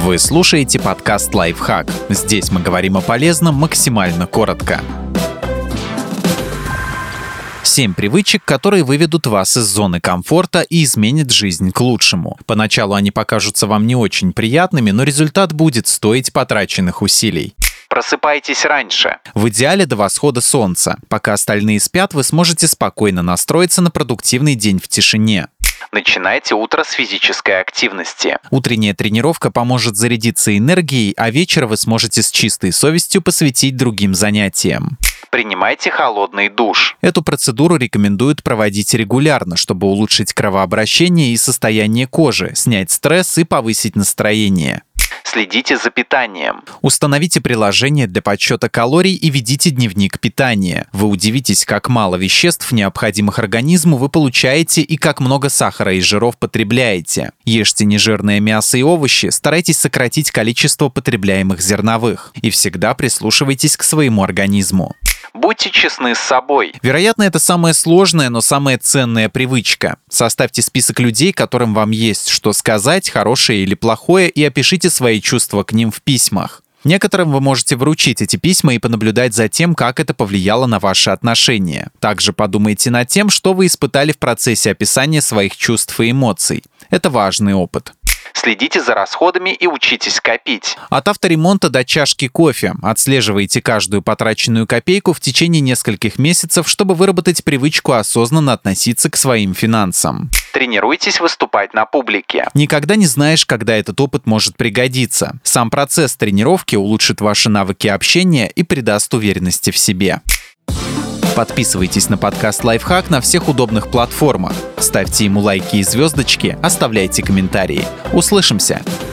Вы слушаете подкаст «Лайфхак». Здесь мы говорим о полезном максимально коротко. 7 привычек, которые выведут вас из зоны комфорта и изменят жизнь к лучшему. Поначалу они покажутся вам не очень приятными, но результат будет стоить потраченных усилий. Просыпайтесь раньше. В идеале до восхода солнца. Пока остальные спят, вы сможете спокойно настроиться на продуктивный день в тишине. Начинайте утро с физической активности. Утренняя тренировка поможет зарядиться энергией, а вечер вы сможете с чистой совестью посвятить другим занятиям. Принимайте холодный душ. Эту процедуру рекомендуют проводить регулярно, чтобы улучшить кровообращение и состояние кожи, снять стресс и повысить настроение. Следите за питанием. Установите приложение для подсчета калорий и ведите дневник питания. Вы удивитесь, как мало веществ, необходимых организму, вы получаете и как много сахара и жиров потребляете. Ешьте нежирное мясо и овощи, старайтесь сократить количество потребляемых зерновых. И всегда прислушивайтесь к своему организму. Будьте честны с собой. Вероятно, это самая сложная, но самая ценная привычка. Составьте список людей, которым вам есть что сказать, хорошее или плохое, и опишите свои чувства к ним в письмах. Некоторым вы можете вручить эти письма и понаблюдать за тем, как это повлияло на ваши отношения. Также подумайте над тем, что вы испытали в процессе описания своих чувств и эмоций. Это важный опыт. Следите за расходами и учитесь копить. От авторемонта до чашки кофе. Отслеживайте каждую потраченную копейку в течение нескольких месяцев, чтобы выработать привычку осознанно относиться к своим финансам. Тренируйтесь выступать на публике. Никогда не знаешь, когда этот опыт может пригодиться. Сам процесс тренировки улучшит ваши навыки общения и придаст уверенности в себе. Подписывайтесь на подкаст «Лайфхак» на всех удобных платформах. Ставьте ему лайки и звездочки, оставляйте комментарии. Услышимся!